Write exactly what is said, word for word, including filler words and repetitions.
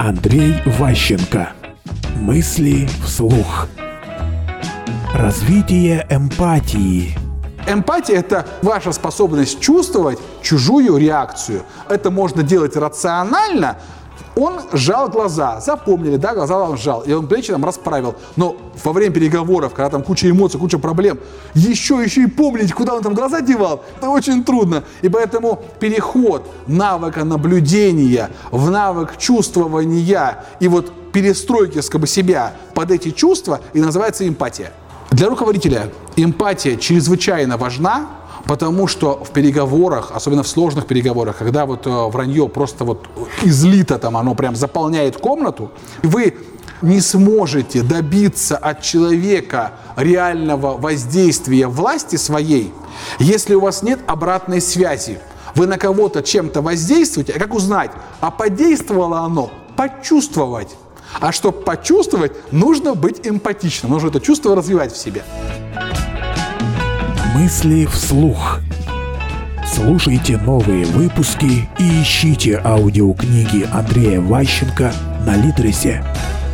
Андрей Ващенко. Мысли вслух. Развитие эмпатии. Эмпатия – это ваша способность чувствовать чужую реакцию. Это можно делать рационально. Он сжал глаза, запомнили, да, глаза он сжал, и он плечи там расправил. Но во время переговоров, когда там куча эмоций, куча проблем, еще, еще и помнить, куда он там глаза девал, это очень трудно. И поэтому переход навыка наблюдения в навык чувствования и вот перестройки как бы, себя под эти чувства и называется эмпатия. Для руководителя эмпатия чрезвычайно важна, потому что в переговорах, особенно в сложных переговорах, когда вот э, вранье просто вот излито, там оно прям заполняет комнату, вы не сможете добиться от человека реального воздействия власти своей, если у вас нет обратной связи. Вы на кого-то чем-то воздействуете, а как узнать, а подействовало оно? Почувствовать. А чтобы почувствовать, нужно быть эмпатичным, нужно это чувство развивать в себе. Мысли вслух. Слушайте новые выпуски и ищите аудиокниги Андрея Ващенко на Литресе.